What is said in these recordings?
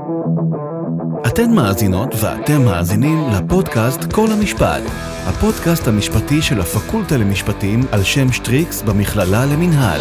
אתן מאזינות ואתם מאזינים לפודקאסט כל המשפט, הפודקאסט המשפטי של הפקולטה למשפטים על שם שטריקס במכללה למינהל.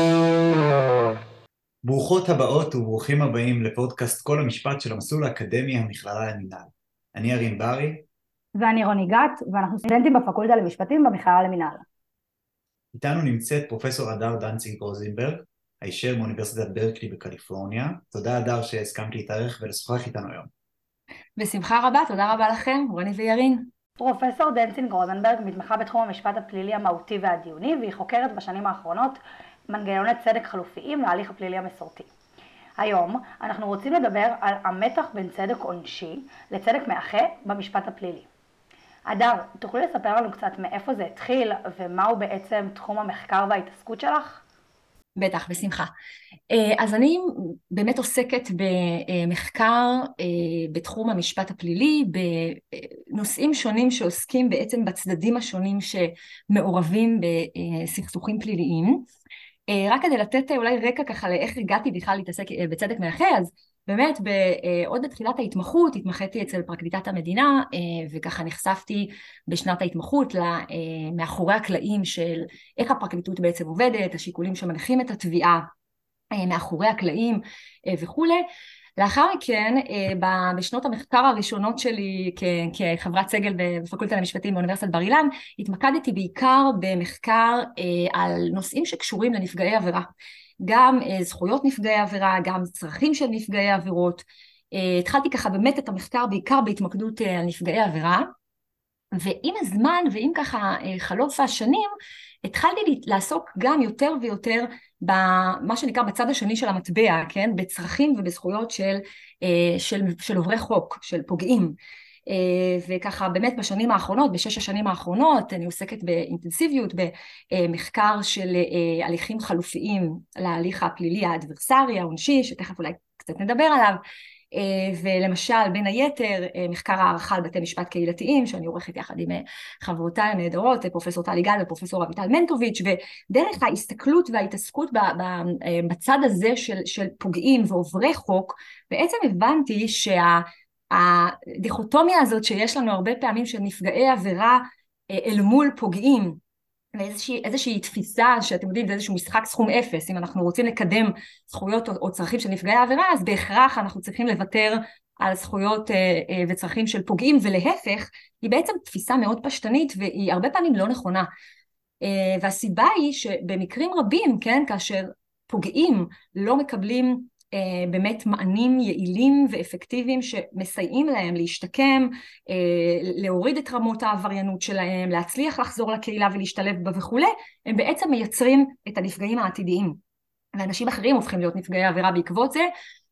ברוכות הבאות וברוכים הבאים לפודקאסט כל המשפט של המסלול האקדמי המכללה למינהל. אני ירין ברי. ואני רוני גת, ואנחנו סטודנטים בפקולטה למשפטים במכללה למינהל. איתנו נמצאת פרופסור הדר דנציג רוזנברג, הישר מאוניברסיטת ברקלי בקליפורניה. תודה הדר שהסכמת להתארח ולשוחח איתנו היום. בשמחה רבה, תודה רבה לכם, רוני וירין. פרופסור דנציג רוזנברג מתמחה בתחום המשפט הפלילי המהותי והדיוני, והיא חוקרת בשנים האחרונות מנגנוני צדק חלופיים להליך הפלילי המסורתי. היום אנחנו רוצים לדבר על המתח בין צדק עונשי לצדק מאחה במשפט הפלילי. הדר, תוכלי לספר לנו קצת מאיפה זה התחיל ומהו בעצם תחום המחקר וההתעסקות שלך? בטח, בשמחה. אז אני באמת עוסקת במחקר בתחום המשפט הפלילי, בנושאים שונים שעוסקים בעצם בצדדים השונים שמעורבים בסכסוכים פליליים. רק כדי לתת אולי רקע ככה לאיך הגעתי בכלל להתעסק בצדק מאחה, אז באמת עוד בתחילת ההתמחות התמחיתי אצל פרקליטת המדינה, וככה נחשפתי בשנת ההתמחות מאחורי הקלעים של איך הפרקליטות בעצם עובדת, השיקולים שמנחים את התביעה מאחורי הקלעים וכו'. לאחר מכן, בשנות המחקר הראשונות שלי כחברת סגל בפקולטה למשפטים באוניברסיטת בר אילן, התמקדתי בעיקר במחקר על נושאים שקשורים לנפגעי עבירה. גם זכויות נפגעי עבירה, גם צרכים של נפגעי עבירות. התחלתי ככה באמת את המחקר בעיקר בהתמקדות על נפגעי עבירה, ועם הזמן ועם ככה חלוף השנים, התחלתי לעסוק גם יותר ויותר במה שנקרא בצד השני של המטבע, כן? בצרכים ובזכויות של עוברי חוק, של פוגעים. וככה באמת בשנים האחרונות, בשש השנים האחרונות, אני עוסקת באינטנסיביות, במחקר של הליכים חלופיים להליך הפלילי האדברסרי, העונשי, שתכף אולי קצת נדבר עליו, ולמשל בין היתר מחקר הערכה על בתי משפט קהילתיים שאני עורכת יחד עם חברותיי הנהדרות פרופסור טלי גל ופרופסור אביטל מנטוביץ', ודרך ההסתכלות וההתעסקות בצד הזה של פוגעים ועוברי חוק בעצם הבנתי שהדיכוטומיה הזאת שיש לנו הרבה פעמים של נפגעי עבירה אל מול פוגעים, איזושהי תפיסה שאתם יודעים, זה איזשהו משחק סכום אפס, אם אנחנו רוצים לקדם זכויות או צרכים של נפגעי העבירה, אז בהכרח אנחנו צריכים לוותר על זכויות וצרכים של פוגעים, ולהפך, היא בעצם תפיסה מאוד פשטנית, והיא הרבה פעמים לא נכונה. והסיבה היא שבמקרים רבים, כן, כאשר פוגעים לא מקבלים באמת מענים יעילים ואפקטיביים שמסייעים להם להשתקם, להוריד את רמות העבריינות שלהם, להצליח לחזור לקהילה ולהשתלב בה וכו', הם בעצם מייצרים את הנפגעים העתידיים. ואנשים אחרים הופכים להיות נפגעי עבירה בעקבות זה,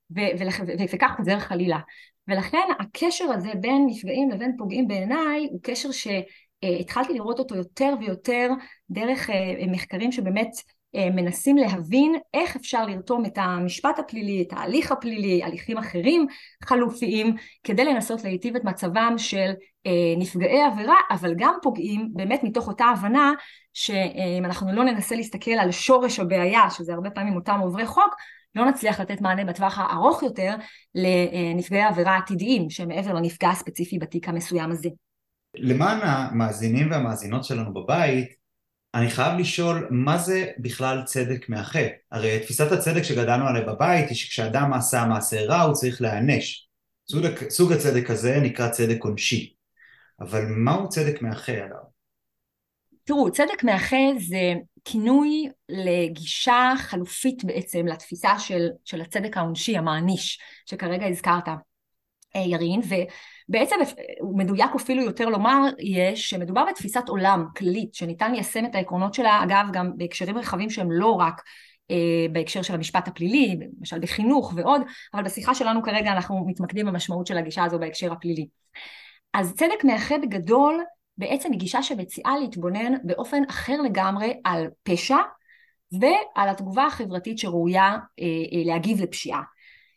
וכך חוזר חלילה. ולכן הקשר הזה בין נפגעים לבין פוגעים בעיניי, הוא קשר שהתחלתי לראות אותו יותר ויותר דרך מחקרים שבאמת מנסים להבין איך אפשר לרתום את המשפט הפלילי, את ההליך הפלילי, הליכים אחרים חלופיים, כדי לנסות להיטיב את מצבם של נפגעי עבירה, אבל גם פוגעים באמת מתוך אותה הבנה שאם אנחנו לא ננסה להסתכל על שורש הבעיה, שזה הרבה פעמים אותם עוברי חוק, לא נצליח לתת מענה בטווח הארוך יותר לנפגעי עבירה עתידיים, שמעבר לנפגע הספציפי בתיק המסוים הזה. למען המאזינים והמאזינות שלנו בבית, אני חייב לשאול, מה זה בכלל צדק מאחה? הרי תפיסת הצדק שגדלנו עליה בבית היא שכשאדם עשה מעשה רע הוא צריך להענש. סוג הצדק הזה נקרא צדק עונשי. אבל מהו צדק מאחה עליו? תראו, צדק מאחה זה כינוי לגישה חלופית בעצם לתפיסה של הצדק העונשי, המעניש, שכרגע הזכרת, ירין, ובעצם הוא מדויק אפילו יותר לומר, שמדובר בתפיסת עולם כללית, שניתן ליישם את העקרונות שלה, אגב, גם בהקשרים רחבים שהם לא רק בהקשר של המשפט הפלילי, למשל בחינוך ועוד, אבל בשיחה שלנו כרגע אנחנו מתמקדים במשמעות של הגישה הזו בהקשר הפלילי. אז צדק מאחה בגדול, בעצם היא גישה שמציעה להתבונן באופן אחר לגמרי על פשע, ועל התגובה החברתית שראויה להגיב לפשיעה.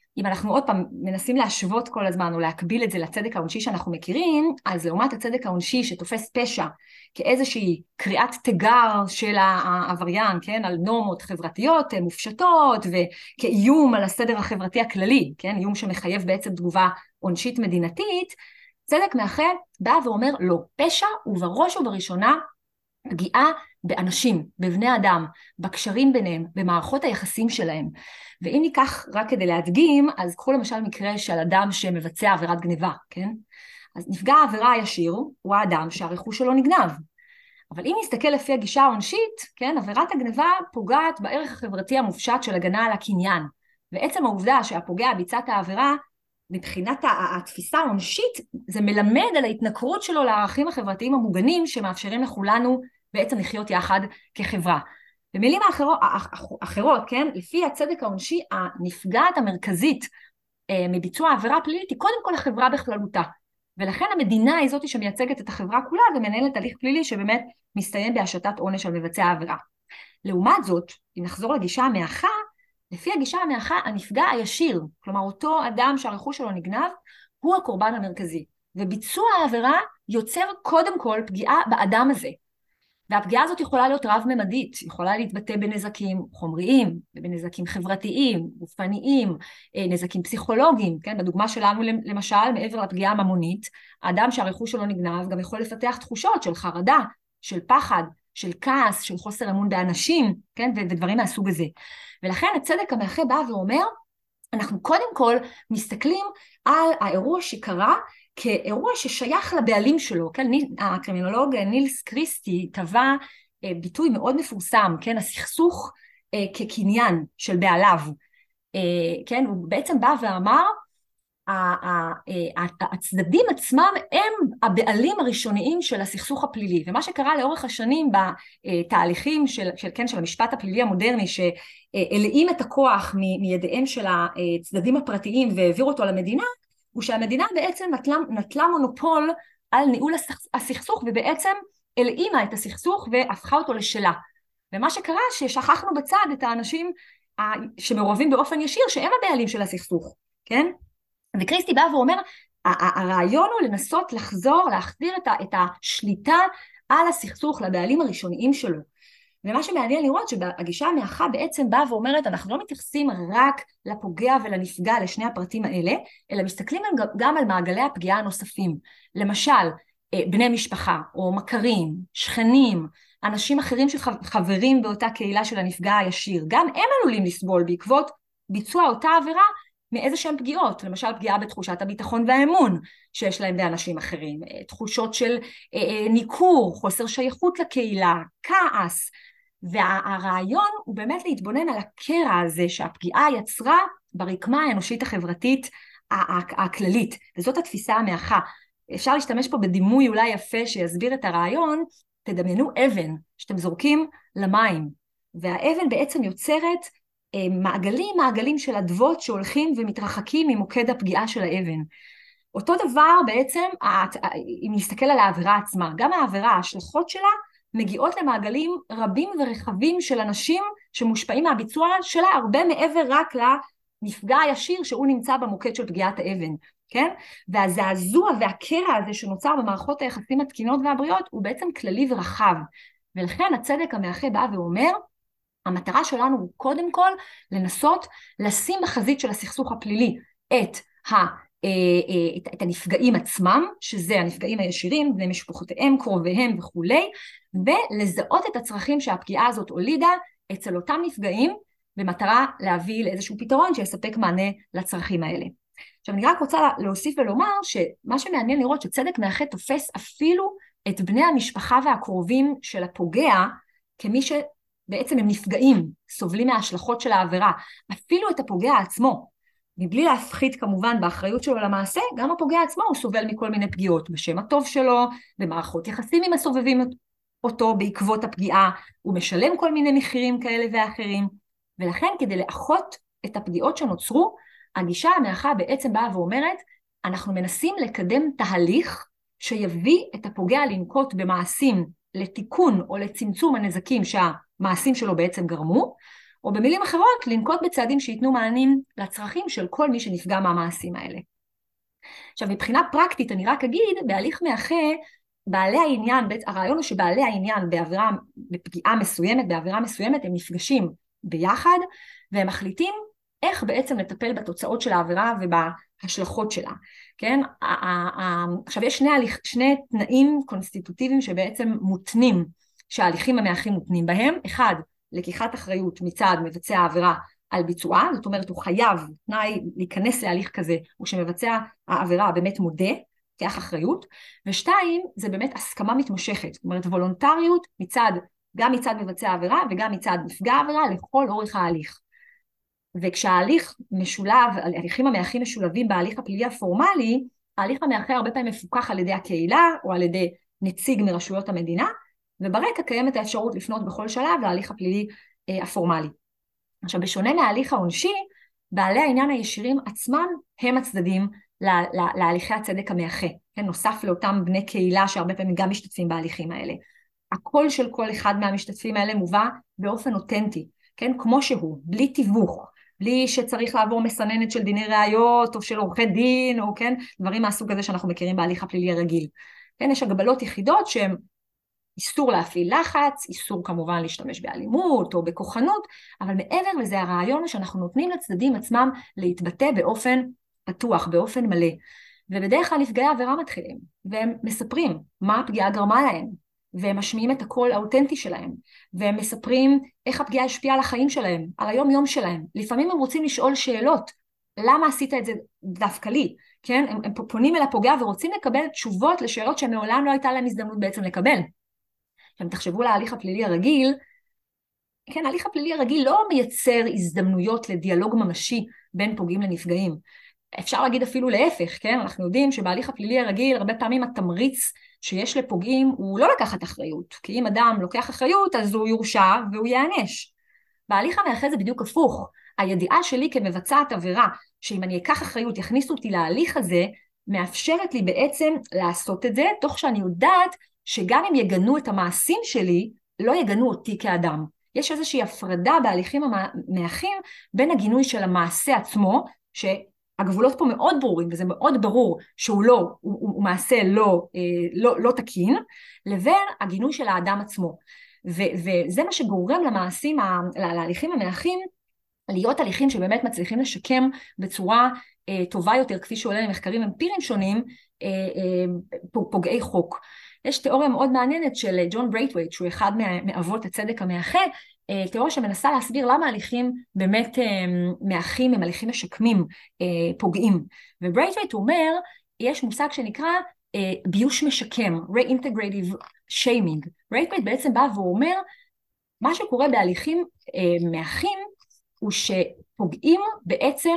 אם אנחנו עוד פעם מנסים להשוות כל הזמן או להקביל את זה לצדק העונשי שאנחנו מכירים, אז לעומת הצדק העונשי שתופס פשע כאיזושהי קריאת תיגר של העבריין, כן, על נורמות חברתיות מופשטות וכאיום על הסדר החברתי הכללי, כן, איום שמחייב בעצם תגובה עונשית מדינתית, צדק מאחה בא ואומר לא, פשע ובראש ובראשונה פגיעה באנשים, בבני אדם, בקשרים ביניהם, במערכות היחסים שלהם. ואם ניקח רק כדי להדגים, אז קחו למשל מקרה של אדם שמבצע עבירת גניבה, כן? אז נפגע העבירה הישיר הוא האדם שהרכוש שלו נגנב. אבל אם נסתכל לפי הגישה העונשית, כן, עבירת הגניבה פוגעת בערך החברתי המופשט של הגנה על הקניין. ועצם העובדה שהפוגע ביצע את העבירה, מבחינת התפיסה העונשית, זה מלמד על ההתנכרות שלו לערכים החברתיים המוגנים שמאפשרים לכולנו בעצם לחיות יחד כחברה. במילים אחרות, כן, לפי הצדק העונשי, הנפגעת המרכזית מביצוע העבירה פלילית היא קודם כל החברה בכללותה. ולכן המדינה היא זאת שמייצגת את החברה כולה ומנהלת הליך פלילי שבאמת מסתיים בהשתת עונש על מבצע העבירה. לעומת זאת, אם נחזור לגישה המאחה, לפי הגישה המאחה, הנפגע הישיר, כלומר אותו אדם שהרכוש שלו נגנב, הוא הקורבן המרכזי. וביצוע העבירה יוצר קודם כל פגיעה באדם הזה. והפגיעה הזאת יכולה להיות רב-ממדית, יכולה להתבטא בנזקים חומריים, בנזקים חברתיים, גופניים, נזקים פסיכולוגיים, כן? בדוגמה שלנו למשל, מעבר לפגיעה הממונית, האדם שהרכוש שלו נגנב גם יכול לפתח תחושות של חרדה, של פחד, של כעס, של חוסר אמון באנשים, כן? ודברים מהסוג הזה. ולכן הצדק המאחה בא ואומר, אנחנו קודם כל מסתכלים על האירוע שקרה, כאירוע ששייך לבעלים שלו, כן? הקרימינולוג נילס קריסטי טבע ביטוי מאוד מפורסם, כן? הסכסוך כקניין של בעליו, כן? הוא בעצם בא ואמר, הצדדים עצמם הם הבעלים הראשוניים של הסכסוך הפלילי, ומה שקרה לאורך השנים בתהליכים של המשפט הפלילי המודרני, שהלאים את הכוח מידיהם של הצדדים הפרטיים והעבירו אותו למדינה, הוא שהמדינה בעצם נטלה מונופול על ניהול הסכסוך, ובעצם הלאימה את הסכסוך והפכה אותו לשלה. ומה שקרה ששכחנו בצד את האנשים שמעורבים באופן ישיר, שהם הבעלים של הסכסוך, כן? וקריסטי בא ואומר, הרעיון הוא לנסות להחזיר את השליטה על הסכסוך לבעלים הראשוניים שלו. ומה שמעניין לראות שהגישה המאחה בעצם באה ואומרת, אנחנו לא מתייחסים רק לפוגע ולנפגע, לשני הפרטים האלה, אלא מסתכלים גם על מעגלי הפגיעה הנוספים. למשל, בני משפחה או מכרים, שכנים, אנשים אחרים שחברים באותה קהילה של הנפגע הישיר, גם הם עלולים לסבול בעקבות ביצוע אותה עבירה מאיזה שהן פגיעות, למשל פגיעה בתחושת הביטחון והאמון שיש להם באנשים אחרים, תחושות של ניכור, חוסר שייכות לקהילה, כעס, והרעיון הוא באמת להתבונן על הקרע הזה שהפגיעה יצרה ברקמה האנושית החברתית הכללית, וזאת התפיסה המאחה. אפשר להשתמש פה בדימוי אולי יפה שיסביר את הרעיון, תדמיינו אבן שאתם זורקים למים, והאבן בעצם יוצרת מעגלים של אדוות שהולכים ומתרחקים ממוקד הפגיעה של האבן. אותו דבר בעצם, אם נסתכל על העבירה עצמה, גם העבירה, ההשלכות שלה מגיעות למעגלים רבים ורחבים של אנשים שמושפעים מהביצוע שלה, הרבה מעבר רק לנפגע הישיר שהוא נמצא במוקד של פגיעת האבן, כן? והזעזוע והקרע הזה שנוצר במערכות היחסים התקינות והבריאות הוא בעצם כללי ורחב, ולכן הצדק המאחה בא ואומר, המטרה שלנו הוא קודם כל לנסות לשים בחזית של הסכסוך הפלילי את הנפגעים עצמם, שזה הנפגעים הישירים, בני משפחותיהם, קרוביהם וכולי, ולזהות את הצרכים שהפגיעה הזאת הולידה אצל אותם נפגעים, במטרה להביא לאיזשהו פתרון שיספק מענה לצרכים האלה. עכשיו אני רק רוצה להוסיף ולומר שמה שמעניין לראות שצדק מאחה תופס אפילו את בני המשפחה והקרובים של הפוגע, כמי שבעצם הם נפגעים, סובלים מההשלכות של העבירה, אפילו את הפוגע עצמו, מבלי להפחית כמובן באחריות שלו למעשה, גם הפוגע עצמו הוא סובל מכל מיני פגיעות, בשם הטוב שלו, במערכות יחסים עם הסובבים אותו בעקבות הפגיעה, הוא משלם כל מיני מחירים כאלה ואחרים, ולכן כדי לאחות את הפגיעות שנוצרו, הגישה המאחה בעצם באה ואומרת, אנחנו מנסים לקדם תהליך שיביא את הפוגע לנקוט במעשים לתיקון או לצמצום הנזקים שהמעשים שלו בעצם גרמו, או במילים אחרות, לנקוט בצעדים שיתנו מענים לצרכים של כל מי שנפגע מהמעשים האלה. עכשיו, מבחינה פרקטית, אני רק אגיד, בהליך מאחה, בעלי העניין, הרעיון הוא שבעלי העניין בפגיעה מסוימת, בעבירה מסוימת, הם נפגשים ביחד, והם מחליטים איך בעצם לטפל בתוצאות של העבירה ובהשלכות שלה, כן? עכשיו, יש שני תנאים קונסטיטוטיביים שבעצם מותנים, שההליכים המאחים מותנים בהם. אחד, לקיחת אחריות מצד מבצע העבירה על ביצועה, זאת אומרת, הוא חייב, תנאי להיכנס להליך כזה, הוא שמבצע העבירה באמת מודה, לוקח אחריות, ושתיים, זה באמת הסכמה מתמשכת, זאת אומרת, וולונטריות גם מצד מבצע העבירה וגם מצד נפגע העבירה לכל אורך ההליך. וכשההליך משולב, ההליכים המאחים משולבים בהליך הפלילי הפורמלי, ההליך המאחה הרבה פעמים מפוקח על ידי הקהילה או על ידי נציג מרשויות המדינה, וברקע קיימת האפשרות לפנות בכל שלב להליך הפלילי הפורמלי. עכשיו, בשונה מההליך העונשי, בעלי העניין הישירים עצמם הם הצדדים להליכי הצדק המאחה, כן? נוסף לאותם בני קהילה שהרבה פעמים גם משתתפים בהליכים האלה. הקול של כל אחד מהמשתתפים האלה מובא באופן אותנטי, כן? כמו שהוא, בלי תיווך, בלי שצריך לעבור מסננת של דיני ראיות או של עורכי דין, או כן? דברים מהסוג הזה שאנחנו מכירים בהליך הפלילי הרגיל. כן? יש הגבלות יחידות שהן איסור להפעיל לחץ, איסור כמובן להשתמש באלימות או בכוחנות, אבל מעבר לזה הרעיון הוא שאנחנו נותנים לצדדים עצמם להתבטא באופן פתוח, באופן מלא. ובדרך כלל נפגעי עבירה מתחילים, והם מספרים מה הפגיעה גרמה להם, והם משמיעים את הקול האותנטי שלהם, והם מספרים איך הפגיעה השפיעה על החיים שלהם, על היום יום שלהם. לפעמים הם רוצים לשאול שאלות, למה עשית את זה דווקא לי? כן? הם פונים אל הפוגע ורוצים לקבל תשובות לשאלות שמעולם לא הייתה להם הזדמנות בעצם לקבל. אם תחשבו להליך הפלילי הרגיל, כן, ההליך הפלילי הרגיל לא מייצר הזדמנויות לדיאלוג ממשי בין פוגעים לנפגעים. אפשר להגיד אפילו להפך, כן? אנחנו יודעים שבהליך הפלילי הרגיל, הרבה פעמים התמריץ שיש לפוגעים הוא לא לקחת אחריות, כי אם אדם לוקח אחריות, אז הוא יורשע והוא יענש. בהליך המאחה זה בדיוק הפוך. הידיעה שלי כמבצעת עבירה, שאם אני אקח אחריות, יכניסו אותי להליך הזה, מאפשרת לי בעצם לעשות את זה, תוך שאני יודעת שגם אם יגנו את המעשים שלי, לא יגנו אותי כאדם. יש איזושהי הפרדה בהליכים המאחים בין הגינוי של המעשה עצמו, שהגבולות פה מאוד ברורים, וזה מאוד ברור שהוא הוא מעשה לא תקין, לבין הגינוי של האדם עצמו. וזה מה שגורם להליכים המאחים, להיות הליכים שבאמת מצליחים לשקם בצורה טובה יותר, כפי שעולה למחקרים אמפיריים שונים, פוגעי חוק. יש תיאוריה מאוד מעניינת של ג'ון ברייטווייט, שהוא אחד מאבות הצדק המאחה, תיאוריה שמנסה להסביר למה הליכים באמת מאחים הם הליכים משקמים פוגעים. וברייטווייט אומר, יש מושג שנקרא ביוש משקם, reintegrative shaming. ברייטווייט בעצם בא ואומר, מה שקורה בהליכים מאחים, הוא שפוגעים בעצם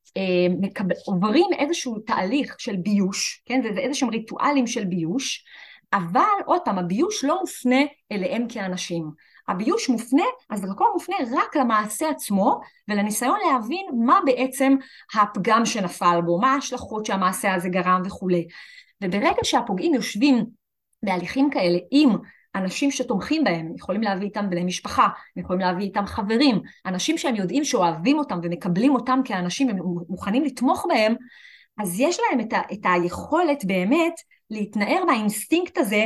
עוברים איזשהו תהליך של ביוש, כן? זה איזשהם ריטואלים של ביוש, אבל עוד פעם, הביוש לא מופנה אליהם כאנשים. הביוש מופנה, הזרקור מופנה רק למעשה עצמו, ולניסיון להבין מה בעצם הפגם שנפל בו, מה ההשלכות שהמעשה הזה גרם וכו'. וברגע שהפוגעים יושבים בהליכים כאלה עם אנשים שתומכים בהם, יכולים להביא איתם בני משפחה, יכולים להביא איתם חברים, אנשים שהם יודעים שאוהבים אותם ומקבלים אותם כאנשים, הם מוכנים לתמוך בהם, אז יש להם את היכולת באמת להתנער מהאינסטינקט הזה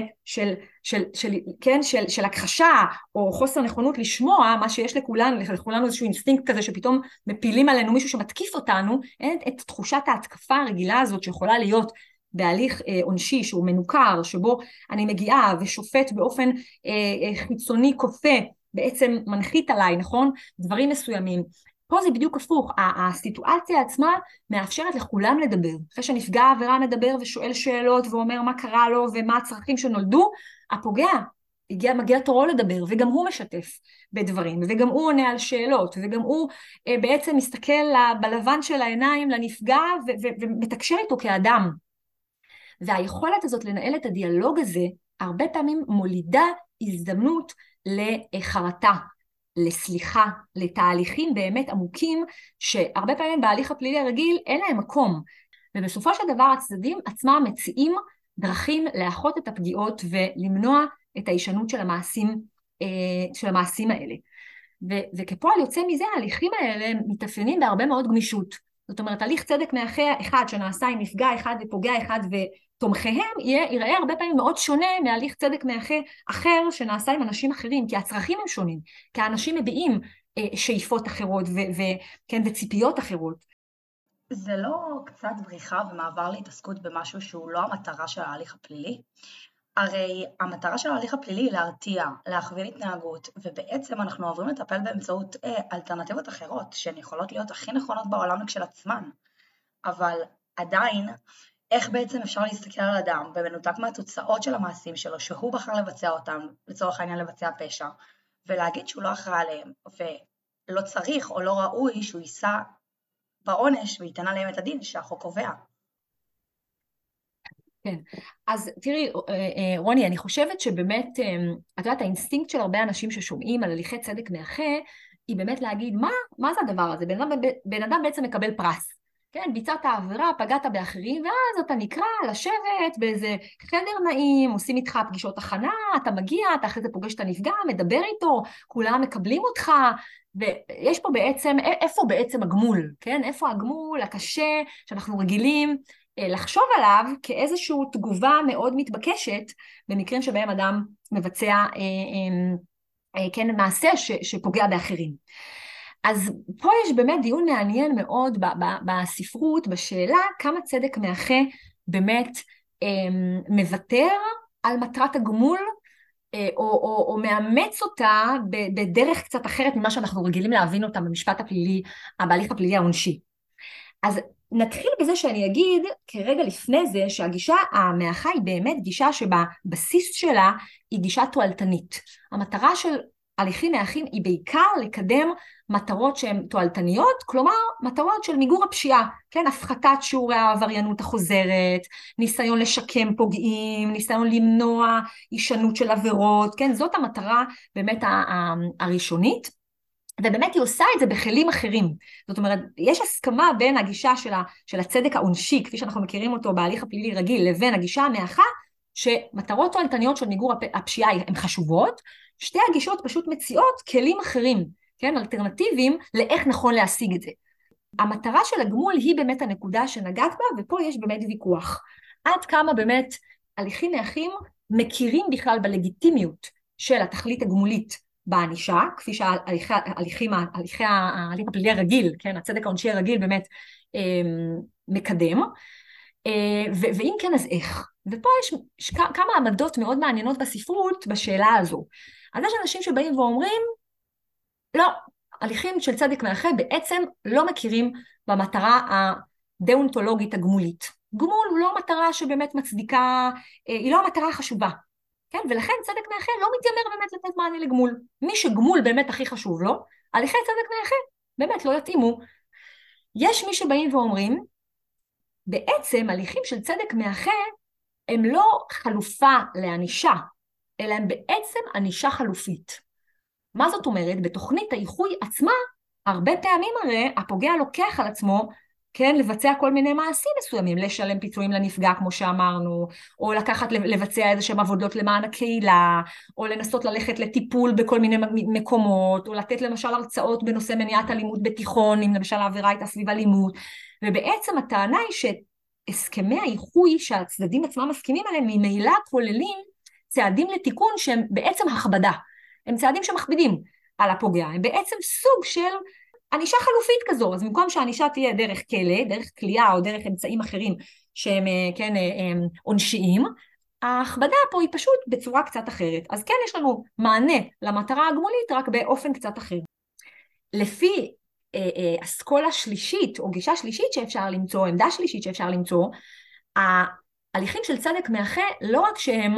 של הכחשה או חוסר נכונות לשמוע, מה שיש לכולנו איזשהו אינסטינקט כזה שפתאום מפילים עלינו מישהו שמתקיף אותנו, אין את תחושת ההתקפה הרגילה הזאת שיכולה להיות בהליך עונשי שהוא מנוכר, שבו אני מגיעה ושופט באופן חיצוני כופה, בעצם מנחית עליי, נכון? דברים מסוימים. פה זה בדיוק הפוך, הסיטואציה עצמה מאפשרת לכולם לדבר. אחרי שנפגע העבירה מדבר ושואל שאלות ואומר מה קרה לו ומה הצרכים שנולדו, הפוגע מגיע תורו לדבר, וגם הוא משתף בדברים, וגם הוא עונה על שאלות, וגם הוא בעצם מסתכל בלבן של העיניים לנפגע ומתקשר איתו כאדם. והיכולת הזאת לנהל את הדיאלוג הזה, הרבה פעמים מולידה הזדמנות לחרטה, לסליחה, לתהליכים באמת עמוקים, שהרבה פעמים בהליך הפלילי הרגיל אין להם מקום. ובסופו של דבר הצדדים עצמם מציעים דרכים לאחות את הפגיעות ולמנוע את ההישנות של המעשים האלה. וכפועל יוצא מזה, ההליכים האלה מתאפיינים בהרבה מאוד גמישות. זאת אומרת, הליך צדק מאחה אחד שנעשה עם נפגע אחד ופוגע אחד ותומכיהם, ייראה הרבה פעמים מאוד שונה מהליך צדק מאחה אחר שנעשה עם אנשים אחרים, כי הצרכים הם שונים, כי האנשים מביעים שאיפות אחרות וכן, וציפיות אחרות. זה לא קצת בריחה ומעבר להתעסקות במשהו שהוא לא המטרה של ההליך הפלילי? הרי המטרה של ההליך הפלילי היא להרתיע, להכווין התנהגות, ובעצם אנחנו עוברים לטפל באמצעות אלטרנטיבות אחרות, שהן יכולות להיות הכי נכונות בעולם כשלעצמן. אבל עדיין, איך בעצם אפשר להסתכל על אדם במנותק מהתוצאות של המעשים שלו, שהוא בחר לבצע אותם, לצורך העניין לבצע פשע, ולהגיד שהוא לא אחראי עליהם, ולא צריך או לא ראוי שהוא יישא בעונש וייתן עליהם את הדין שהחוק קובע. כן, אז תראי רוני, אני חושבת שבאמת, את יודעת, האינסטינקט של הרבה אנשים ששומעים על הליכי צדק מאחה, היא באמת להגיד, מה זה הדבר הזה? בן אדם בעצם מקבל פרס, כן, ביצעת העבירה, פגעת באחרים, ואז אתה נקרא לשבת באיזה חדר נעים, עושים איתך פגישות הכנה, אתה מגיע, אתה אחרי זה פוגש את הנפגע, מדבר איתו, כולם מקבלים אותך, ויש פה בעצם, איפה בעצם הגמול, כן? איפה הגמול הקשה שאנחנו רגילים לחשוב עליו כאיזושהי תגובה מאוד מתבקשת, במקרים שבהם אדם מבצע כן, מעשה שפוגע באחרים. אז פה יש באמת דיון מעניין מאוד בספרות, בשאלה כמה צדק מאחה באמת מוותר על מטרת הגמול, או מאמץ אותה בדרך קצת אחרת ממה שאנחנו רגילים להבין אותה במשפט הפלילי, בהליך הפלילי העונשי. אז נתחיל בזה שאני אגיד כרגע לפני זה שהגישה המאחה היא באמת גישה שבבסיס שלה היא גישה תועלתנית. המטרה של הליכים מאחים היא בעיקר לקדם מטרות שהן תועלתניות, כלומר מטרות של מיגור הפשיעה, כן, הפחתת שיעורי העבריינות החוזרת, ניסיון לשקם פוגעים, ניסיון למנוע הישנות של עבירות, כן, זאת המטרה באמת הראשונית, ובאמת היא עושה את זה בכלים אחרים. זאת אומרת, יש הסכמה בין הגישה של הצדק העונשי, כפי שאנחנו מכירים אותו בהליך הפלילי רגיל, לבין הגישה המאחה, שמטרות תועלתניות של מיגור הפשיעה הן חשובות, שתי הגישות פשוט מציעות כלים אחרים, כן, אלטרנטיביים לאיך נכון להשיג את זה. המטרה של הגמול היא באמת הנקודה שנגעת בה, ופה יש באמת ויכוח. עד כמה באמת הליכים מאחים מכירים בכלל בלגיטימיות של התכלית הגמולית בענישה, כפי שההליך הפלילי הרגיל, כן, הצדק העונשי הרגיל באמת מקדם, ואם כן אז איך? ופה יש כמה עמדות מאוד מעניינות בספרות בשאלה הזו. אז יש אנשים שבאים ואומרים, לא, הליכים של צדק מאחה בעצם לא מכירים במטרה הדאונטולוגית הגמולית. גמול הוא לא מטרה שבאמת מצדיקה, היא לא המטרה החשובה. כן? ולכן צדק מאחה לא מתיימר באמת לתת מענה לגמול. מי שגמול באמת הכי חשוב לו, הליכי צדק מאחה באמת לא יתאימו. יש מי שבאים ואומרים, בעצם הליכים של צדק מאחה הם לא חלופה לענישה, אלא הם בעצם ענישה חלופית. מה זאת אומרת? בתוכנית האיחוי עצמה, הרבה פעמים הרי הפוגע לוקח על עצמו, כן, לבצע כל מיני מעשים מסוימים, לשלם פיצויים לנפגע כמו שאמרנו, או לקחת לבצע איזשהם עבודות למען הקהילה, או לנסות ללכת לטיפול בכל מיני מקומות, או לתת למשל הרצאות בנושא מניעת אלימות בתיכון, אם למשל העבירה הייתה סביב אלימות, ובעצם הטענה היא שהסכמי האיחוי שהצדדים עצמם מסכימים עליהם, ממילא כוללים צעדים לתיקון שהם בעצם הכבדה, הם צעדים שמכבידים על הפוגע, הם בעצם סוג של ענישה חלופית כזו, אז במקום שהענישה תהיה דרך כלא, דרך כליאה או דרך אמצעים אחרים שהם כן, עונשיים, ההכבדה פה היא פשוט בצורה קצת אחרת. אז כן יש לנו מענה למטרה הגמולית רק באופן קצת אחר. לפי אסכולה שלישית או גישה שלישית שאפשר למצוא, עמדה שלישית שאפשר למצוא, ההליכים של צדק מאחה לא רק שהם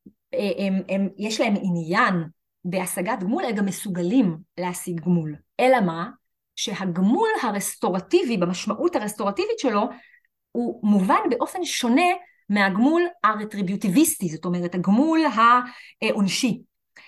יש להם עניין בהשגת גמול, הם גם מסוגלים להשיג גמול. אלא מה? שהגמול הרסטורטיבי, במשמעות הרסטורטיבית שלו, הוא מובן באופן שונה מהגמול הרטריביוטיביסטי, זאת אומרת, הגמול העונשי.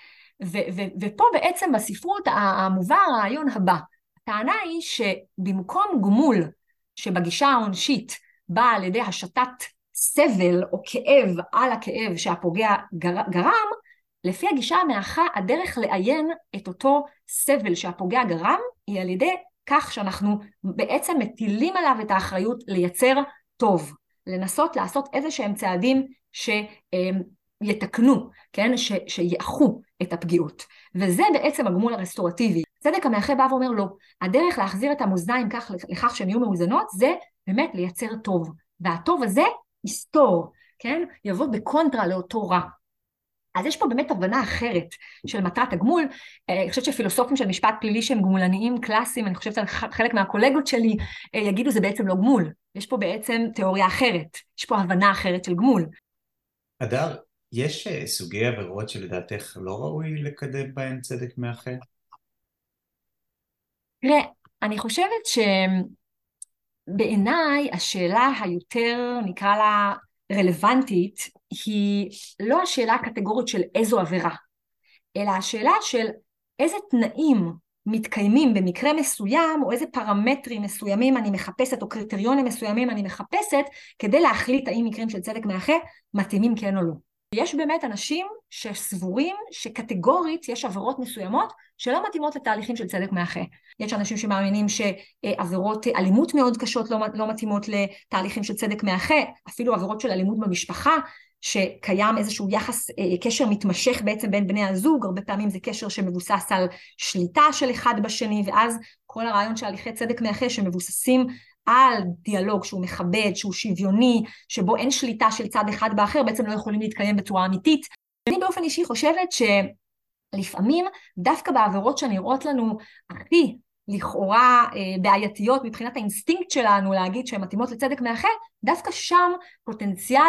ופה בעצם בספרות המובא הרעיון הבא. הטענה היא שבמקום גמול שבגישה העונשית בא על ידי השתת סבל או כאב על הכאב שהפוגע גרם, לפי הגישה המאחה, הדרך לעיין את אותו סבל שהפוגע גרם, היא על ידי כך שאנחנו בעצם מטילים עליו את האחריות לייצר טוב, לנסות לעשות איזה שהם צעדים שיתקנו, כן? שיאחו את הפגיעות. וזה בעצם הגמול הרסטורטיבי. צדק המאחה בא ואומר לא, הדרך להחזיר את המאזניים לכך שהן יהיו מאוזנות, זה באמת לייצר טוב. והטוב הזה יסתור, כן? יבוא בקונטרה לאותו רע. אז יש פה באמת הבנה אחרת של מטרת הגמול. אני חושבת שפילוסופים של משפט פלילי שהם גמולניים קלאסיים, אני חושבת שחלק מהקולגות שלי יגידו זה בעצם לא גמול. יש פה בעצם תיאוריה אחרת, יש פה הבנה אחרת של גמול. אדר, יש סוגי עבירות שלדעתך לא ראוי לקדם בהן צדק מאחה? תראה, אני חושבת שבעיניי השאלה היותר, נקרא לה, רלוונטית, היא לא השאלה הקטגורית של איזו עבירה, אלא השאלה של איזה תנאים מתקיימים במקרה מסוים, או איזה פרמטרים מסוימים אני מחפשת, או קריטריונים מסוימים אני מחפשת, כדי להחליט האם מקרים של צדק מאחה מתאימים כן או לא. יש באמת אנשים שסבורים שקטגורית יש עבירות מסוימות שלא מתאימות לתהליכים של צדק מאחה. יש אנשים שמאמינים שעבירות אלימות מאוד קשות לא מתאימות לתהליכים של צדק מאחה, אפילו עבירות של אלימות במשפחה, שקיים איזשהו יחס, קשר מתמשך בעצם בין בני הזוג, הרבה פעמים זה קשר שמבוסס על שליטה של אחד בשני, ואז כל הרעיון של הליכי צדק מאחה שמבוססים על דיאלוג שהוא מכבד, שהוא שוויוני, שבו אין שליטה של צד אחד באחר, בעצם לא יכולים להתקיים בצורה אמיתית. אני באופן אישי חושבת שלפעמים, דווקא בעבירות שנראות לנו הכי לכאורה בעייתיות מבחינת האינסטינקט שלנו להגיד שהן מתאימות לצדק מאחה, דווקא שם פוטנציאל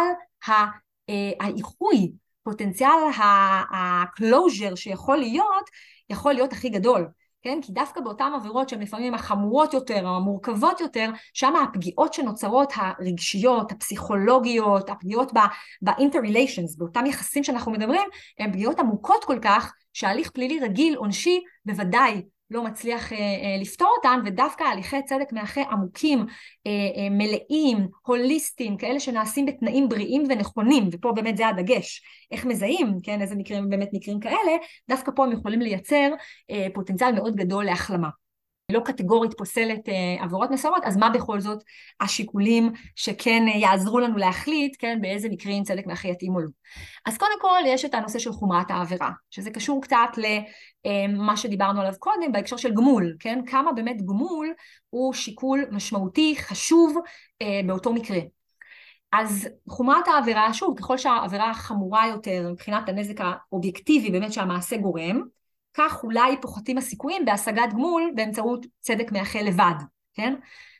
האיחוי, פוטנציאל ה-closure שיכול להיות הכי גדול. כן? כי דווקא באותן עבירות שהן לפעמים החמורות יותר, המורכבות יותר, שם הפגיעות שנוצרות הרגשיות, הפסיכולוגיות, הפגיעות ב-interrelations, באותם יחסים שאנחנו מדברים, הן פגיעות עמוקות כל כך, שההליך פלילי רגיל, עונשי, בוודאי לא מצליח לפתור אותן, ודווקא הליכי צדק מאחה עמוקים, מלאים, הוליסטיים, כאלה שנעשים בתנאים בריאים ונכונים, ופה באמת זה הדגש, איך מזהים, כן, איזה מקרים, באמת מקרים כאלה, דווקא פה הם יכולים לייצר פוטנציאל מאוד גדול להחלמה. לא קטגורית פוסלת עבירות מסוימות, אז מה בכל זאת השיקולים שכן יעזרו לנו להחליט, כן, באיזה מקרים צדק מאחה יתאים או לא. אז קודם כל יש את הנושא של חומרת העבירה, שזה קשור קצת למה שדיברנו עליו קודם, בהקשר של גמול, כן, כמה באמת גמול הוא שיקול משמעותי, חשוב באותו מקרה. אז חומרת העבירה, שוב, ככל שהעבירה חמורה יותר מבחינת הנזק האובייקטיבי באמת שהמעשה גורם, כך אולי פוחתים הסיכויים בהשגת גמול באמצעות צדק מאחה לבד, כן?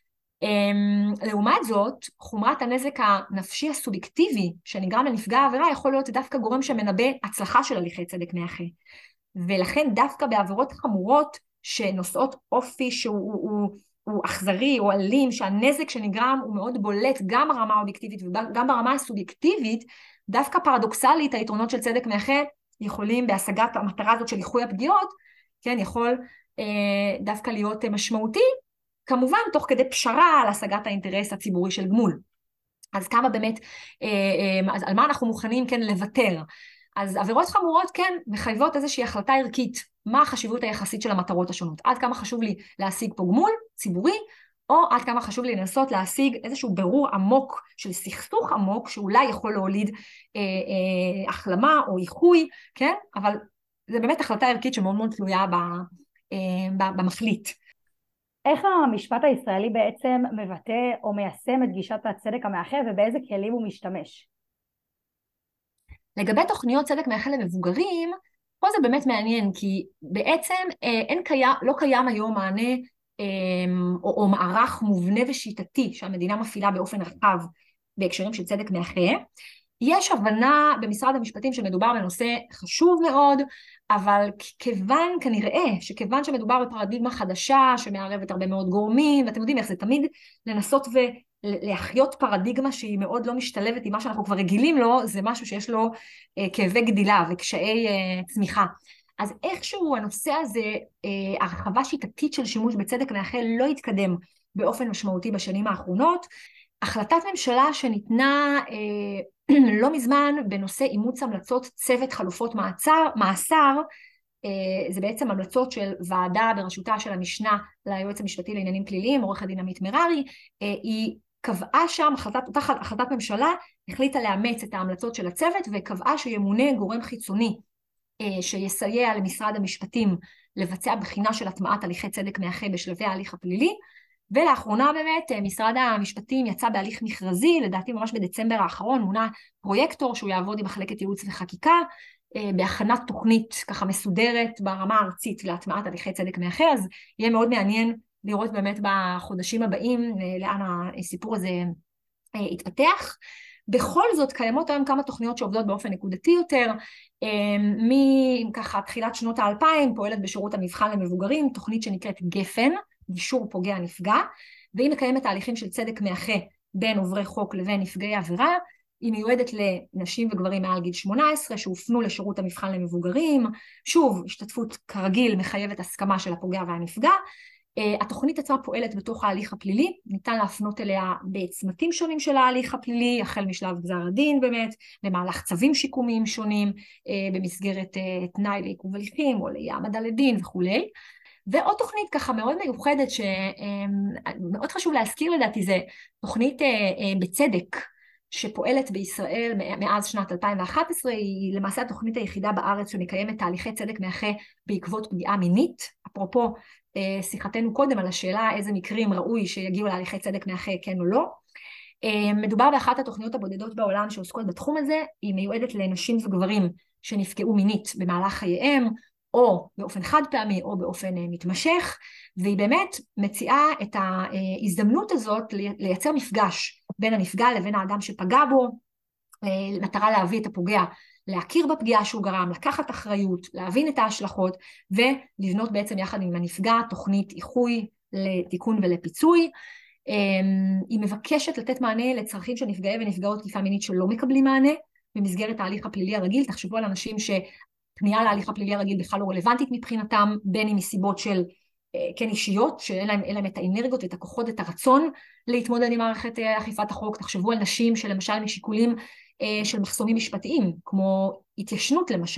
לעומת זאת, חומרת הנזק הנפשי הסובייקטיבי שנגרם לנפגע העבירה יכול להיות דווקא גורם שמנבא הצלחה של הליכי צדק מאחה. ולכן דווקא בעבירות חמורות שנושאות אופי שהוא אכזרי או אלים, שהנזק שנגרם הוא מאוד בולט גם ברמה האובייקטיבית וגם ברמה הסובייקטיבית, דווקא פרדוקסלית היתרונות של צדק מאחה יכולים בהשגת המטרה הזאת של איחוי הפגיעות, כן, יכול דווקא להיות משמעותי, כמובן תוך כדי פשרה על השגת האינטרס הציבורי של גמול. אז כמה באמת, אז על מה אנחנו מוכנים כן לוותר? אז עבירות חמורות כן מחייבות איזושהי החלטה ערכית, מה החשיבות היחסית של המטרות השונות, עד כמה חשוב לי להשיג פה גמול ציבורי, או עד כמה חשוב לי לנסות להשיג איזשהו ברור עמוק של סכסוך עמוק, שאולי יכול להוליד החלמה או איחוי, כן? אבל זה באמת החלטה ערכית שמאוד מאוד תלויה במחליט. איך המשפט הישראלי בעצם מבטא או מיישם את גישת הצדק המאחה, ובאיזה כלים הוא משתמש? לגבי תוכניות צדק מאחה למבוגרים, פה זה באמת מעניין, כי בעצם לא קיים היום מענה או מערך מובנה ושיטתי שהמדינה מפעילה באופן רחב בהקשרים של צדק מאחה. יש הבנה במשרד המשפטים שמדובר בנושא חשוב מאוד, אבל כנראה שכיוון שמדובר בפרדיגמה חדשה שמערבת הרבה מאוד גורמים, ואתם יודעים איך זה תמיד לנסות ולהחיות פרדיגמה שהיא מאוד לא משתלבת עם מה שאנחנו כבר רגילים לו, זה משהו שיש לו כאבי גדילה וקשיי צמיחה. אז איכשהו הנושא הזה, הרחבה שיטתית של שימוש בצדק מאחה לא התקדם באופן משמעותי בשנים האחרונות. החלטת ממשלה שניתנה לא מזמן בנושא אימוץ המלצות צוות חלופות מאסר, זה בעצם המלצות של ועדה בראשותה של המשנה ליועץ המשפטי לעניינים פליליים, עורך הדין עמית מררי, היא קבעה שם, החלטת ממשלה החליטה לאמץ את ההמלצות של הצוות, וקבעה שימונה גורם חיצוני שיסייע למשרד המשפטים לבצע בחינה של הטמעת הליכי צדק מאחה בשלבי ההליך הפלילי, ולאחרונה באמת משרד המשפטים יצא בהליך מכרזי, לדעתי ממש בדצמבר האחרון, מונה פרויקטור שהוא יעבוד עם מחלקת ייעוץ וחקיקה, בהכנת תוכנית ככה מסודרת ברמה הארצית להטמעת הליכי צדק מאחה, אז יהיה מאוד מעניין לראות באמת בחודשים הבאים לאן הסיפור הזה יתפתח. בכל זאת קיימות היום כמה תוכניות שעובדות באופן נקודתי יותר, מככה תחילת שנות ה-2000 פועלת בשירות המבחן למבוגרים, תוכנית שנקראת גפן, גישור פוגע נפגע, והיא מקיימת תהליכים של צדק מאחה בין עוברי חוק לבין נפגעי עבירה, היא מיועדת לנשים וגברים מעל גיל 18 שהופנו לשירות המבחן למבוגרים, שוב, השתתפות כרגיל מחייבת הסכמה של הפוגע והנפגע, התוכנית עצמה פועלת בתוך ההליך הפלילי, ניתן להפנות אליה בצמתים שונים של ההליך הפלילי, החל משלב גזר הדין באמת, במהלך צווים שיקומיים שונים, במסגרת תנאי לעיכוב הליכים או להעמדה לדין וכולי. ועוד תוכנית ככה מאוד מיוחדת שמאוד חשוב להזכיר לדעתי, זה תוכנית בצדק שפועלת בישראל מאז שנת 2011, היא למעשה התוכנית היחידה בארץ שמקיימת תהליכי צדק מאחה בעקבות פגיעה מינית, אפרופו שיחתנו קודם על השאלה איזה מקרים ראוי שיגיעו להליכי צדק מאחה כן או לא. מדובר באחת התוכניות הבודדות בעולם שעוסקות בתחום הזה, היא מיועדת לנשים וגברים שנפגעו מינית במהלך חייהם, או באופן חד פעמי או באופן מתמשך, והיא באמת מציעה את ההזדמנות הזאת לייצר מפגש בין הנפגע לבין האדם שפגע בו, למטרה להביא את הפוגע להכיר בפגיעה שהוא גרם, לקחת אחריות, להבין את ההשלכות, ולבנות בעצם יחד עם הנפגע תוכנית איחוי לתיקון ולפיצוי. היא מבקשת לתת מענה לצרכים של נפגעי ונפגעות תקיפה מינית שלא מקבלים מענה במסגרת ההליך הפלילי הרגיל. תחשבו על אנשים שפנייה להליך הפלילי הרגיל בכלל לא רלוונטית מבחינתם, בין אם מסיבות של כן אישיות, שאין להם את האנרגיות, את הכוחות, את הרצון להתמודד עם מערכת אכיפת החוק. תחשבו על נשים שלמשל משיקולים של מחסומים משפטיים, כמו התיישנות למשל,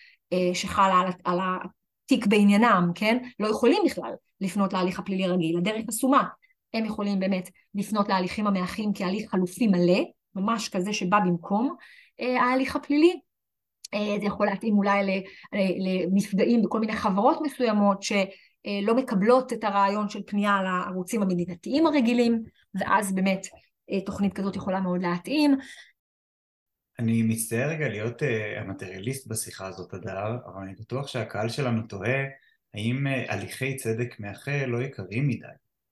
שחלה על התיק בעניינם, כן? לא יכולים בכלל לפנות להליך הפלילי רגיל, הדרך חסומה. הם יכולים באמת לפנות להליכים המאחים כהליך חלופי מלא, ממש כזה שבא במקום ההליך הפלילי. זה יכול להתאים אולי למפגעים בכל מיני חברות מסוימות שלא מקבלות את הרעיון של פנייה לערוצים המדינתיים הרגילים, ואז באמת תוכנית כזאת יכולה מאוד להתאים. אני מצטער רגע להיות המטריאליסט בשיחה הזאת, אדר, אבל אני בטוח שהקהל שלנו תוהה, האם הליכי צדק מאחה לא יקרים מדי?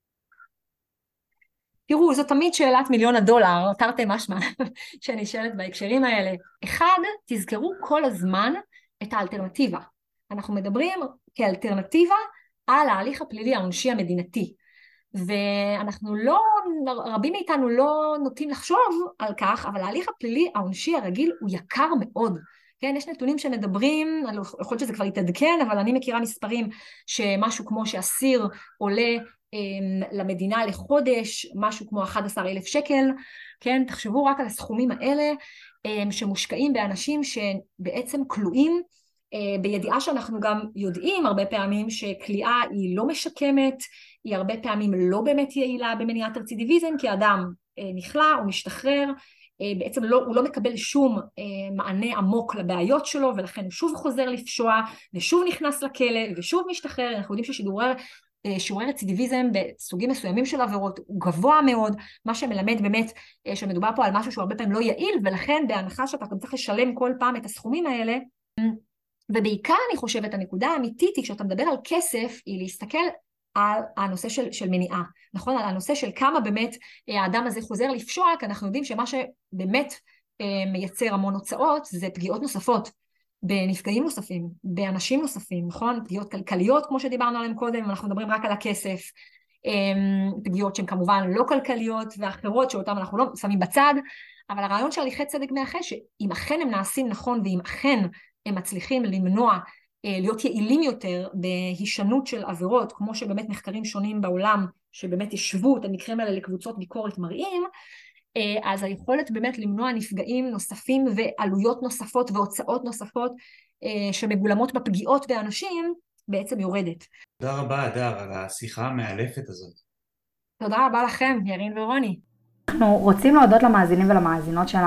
תראו, זו תמיד שאלת $1,000,000, תרתי משמע, שאני שואלת בהקשרים האלה. אחד, תזכרו כל הזמן את האלטרנטיבה. אנחנו מדברים כאלטרנטיבה על ההליך הפלילי העונשי המדינתי. ואנחנו לא, רבים מאיתנו לא נוטים לחשוב על כך, אבל ההליך הפלילי העונשי הרגיל הוא יקר מאוד. כן, יש נתונים שמדברים, יכול להיות שזה כבר יתעדכן, אבל אני מכירה מספרים שמשהו כמו שאסיר עולה למדינה לחודש, משהו כמו 11,000 שקל, כן, תחשבו רק על הסכומים האלה שמושקעים באנשים שבעצם כלואים, בידיעה שאנחנו גם יודעים הרבה פעמים שכליאה היא לא משקמת, היא הרבה פעמים לא באמת יעילה במניעת רצידיביזם, כי האדם נכלא או משתחרר, בעצם הוא לא מקבל שום מענה עמוק לבעיות שלו, ולכן הוא שוב חוזר לפשוע, ושוב נכנס לכלא, ושוב משתחרר. אנחנו יודעים ששיעורי רצידיביזם בסוגים מסוימים של עבירות הוא גבוה מאוד, מה שמלמד באמת שמדובר פה על משהו שהוא הרבה פעמים לא יעיל, ולכן בהנחה שאתה גם צריך לשלם כל פעם את הסכומים האלה, ובעיקר אני חושבת הנקודה האמיתית היא כשאתה מדבר על כסף, היא להסתכל על הנושא של מניעה, נכון? על הנושא של כמה באמת האדם הזה חוזר לפשוע, כי אנחנו יודעים שמה שבאמת מייצר המון הוצאות זה פגיעות נוספות, בנפגעים נוספים, באנשים נוספים, נכון? פגיעות כלכליות כמו שדיברנו עליהן קודם, אנחנו מדברים רק על הכסף, פגיעות שהן כמובן לא כלכליות ואחרות שאותן אנחנו לא שמים בצד, אבל הרעיון של הליכי צדק מאחה שאם אכן הם נעשים נכון ואם אכן הם מצליחים למנוע, להיות יעילים יותר בהישנות של עבירות, כמו שבאמת מחקרים שונים בעולם שבאמת ישבו את המקרים האלה לקבוצות ביקורת מראים, אז היכולת באמת למנוע נפגעים נוספים ועלויות נוספות והוצאות נוספות שמגולמות בפגיעות באנשים בעצם יורדת. תודה רבה, הדר, על השיחה המאלפת הזאת. תודה רבה לכם, ירין ורוני. אנחנו רוצים להודות למאזינים ולמאזינות שלנו